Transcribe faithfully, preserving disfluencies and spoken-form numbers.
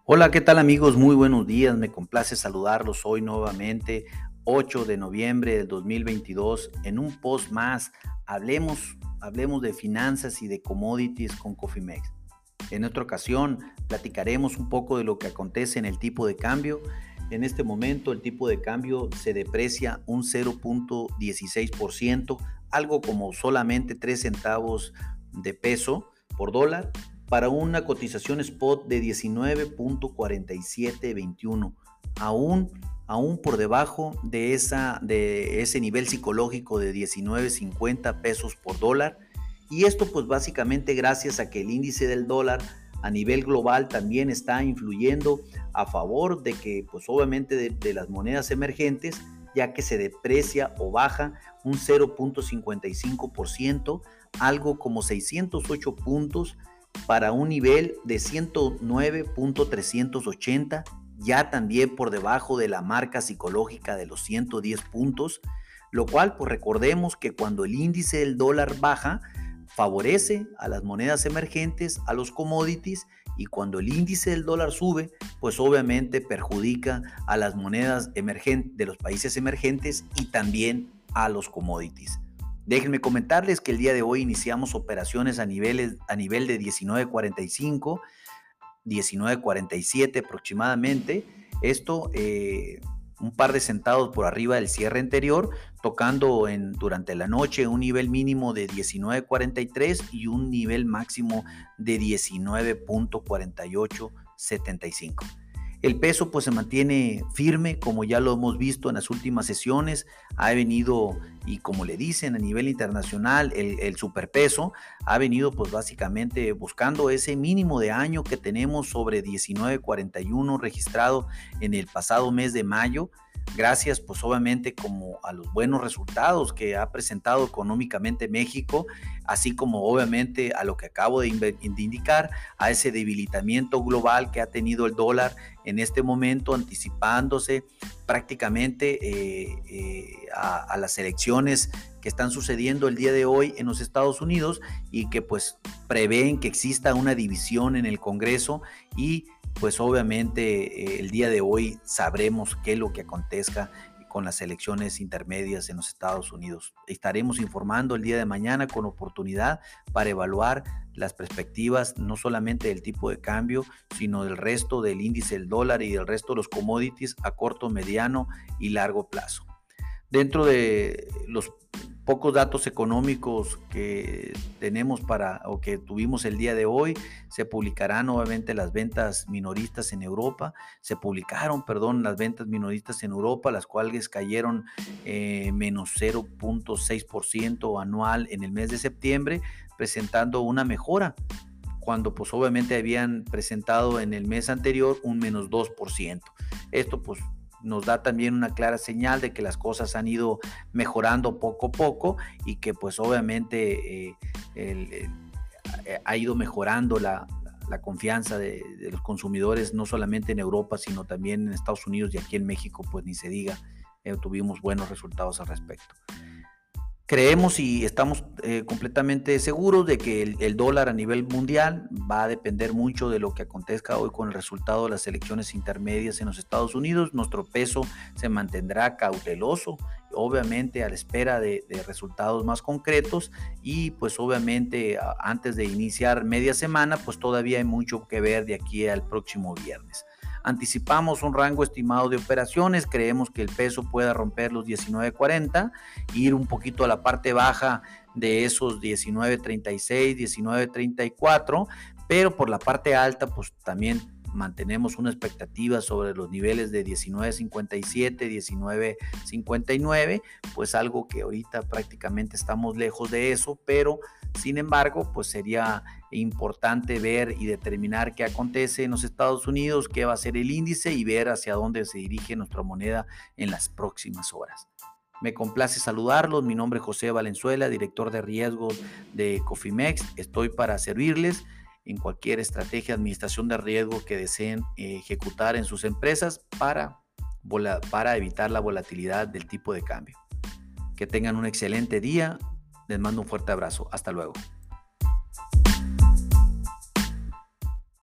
Hola, ¿qué tal amigos? Muy buenos días, me complace saludarlos hoy nuevamente, ocho de noviembre del dos mil veintidós, en un post más. Hablemos, hablemos de finanzas y de commodities con Cofimex. En otra ocasión platicaremos un poco de lo que acontece en el tipo de cambio. En este momento el tipo de cambio se deprecia un cero punto dieciséis por ciento, algo como solamente tres centavos de peso por dólar, para una cotización spot de diecinueve punto cuarenta y siete veintiuno, aún, aún por debajo de, esa, de ese nivel psicológico de diecinueve cincuenta pesos por dólar. Y esto pues básicamente gracias a que el índice del dólar a nivel global también está influyendo a favor de que pues obviamente de, de las monedas emergentes, ya que se deprecia o baja un cero punto cincuenta y cinco por ciento, algo como seiscientos ocho puntos, para un nivel de ciento nueve punto trescientos ochenta, ya también por debajo de la marca psicológica de los ciento diez puntos, lo cual pues recordemos que cuando el índice del dólar baja, favorece a las monedas emergentes, a los commodities, y cuando el índice del dólar sube, pues obviamente perjudica a las monedas emergentes de los países emergentes y también a los commodities. Déjenme comentarles que el día de hoy iniciamos operaciones a, niveles, a nivel de diecinueve cuarenta y cinco, diecinueve cuarenta y siete aproximadamente. Esto eh, un par de centavos por arriba del cierre anterior, tocando en, durante la noche un nivel mínimo de diecinueve cuarenta y tres y un nivel máximo de diecinueve punto cuarenta y ocho setenta y cinco. El peso pues se mantiene firme, como ya lo hemos visto en las últimas sesiones. Ha venido, y como le dicen a nivel internacional, el, el superpeso ha venido pues básicamente buscando ese mínimo de año que tenemos sobre diecinueve cuarenta y uno registrado en el pasado mes de mayo. Gracias pues obviamente como a los buenos resultados que ha presentado económicamente México, así como obviamente a lo que acabo de, de indicar, a ese debilitamiento global que ha tenido el dólar en este momento, anticipándose prácticamente eh, eh, a, a las elecciones que están sucediendo el día de hoy en los Estados Unidos y que pues prevén que exista una división en el Congreso, y pues obviamente eh, el día de hoy sabremos qué es lo que acontezca con las elecciones intermedias en los Estados Unidos. Estaremos informando el día de mañana con oportunidad para evaluar las perspectivas no solamente del tipo de cambio, sino del resto del índice del dólar y del resto de los commodities a corto, mediano y largo plazo. Dentro de los pocos datos económicos que tenemos para o que tuvimos el día de hoy, se publicarán nuevamente las ventas minoristas en Europa. Se publicaron, perdón, las ventas minoristas en Europa, las cuales cayeron eh, menos cero punto seis por ciento anual en el mes de septiembre, presentando una mejora, cuando pues obviamente habían presentado en el mes anterior un menos dos por ciento. Esto pues nos da también una clara señal de que las cosas han ido mejorando poco a poco y que pues obviamente eh, el, el, ha ido mejorando la, la confianza de, de los consumidores, no solamente en Europa, sino también en Estados Unidos, y aquí en México pues ni se diga, eh, tuvimos buenos resultados al respecto. Creemos y estamos eh, completamente seguros de que el, el dólar a nivel mundial va a depender mucho de lo que acontezca hoy con el resultado de las elecciones intermedias en los Estados Unidos. Nuestro peso se mantendrá cauteloso, obviamente a la espera de, de resultados más concretos, y pues obviamente a, antes de iniciar media semana pues todavía hay mucho que ver de aquí al próximo viernes. Anticipamos un rango estimado de operaciones, creemos que el peso pueda romper los diecinueve cuarenta, ir un poquito a la parte baja de esos diecinueve treinta y seis, diecinueve treinta y cuatro, pero por la parte alta pues también mantenemos una expectativa sobre los niveles de diecinueve cincuenta y siete, diecinueve cincuenta y nueve, pues algo que ahorita prácticamente estamos lejos de eso, pero sin embargo pues sería importante ver y determinar qué acontece en los Estados Unidos, qué va a ser el índice y ver hacia dónde se dirige nuestra moneda en las próximas horas. Me complace saludarlos, mi nombre es José Valenzuela, director de riesgos de Cofimex. Estoy para servirles en cualquier estrategia de administración de riesgo que deseen ejecutar en sus empresas para, para evitar la volatilidad del tipo de cambio. Que tengan un excelente día, les mando un fuerte abrazo, hasta luego.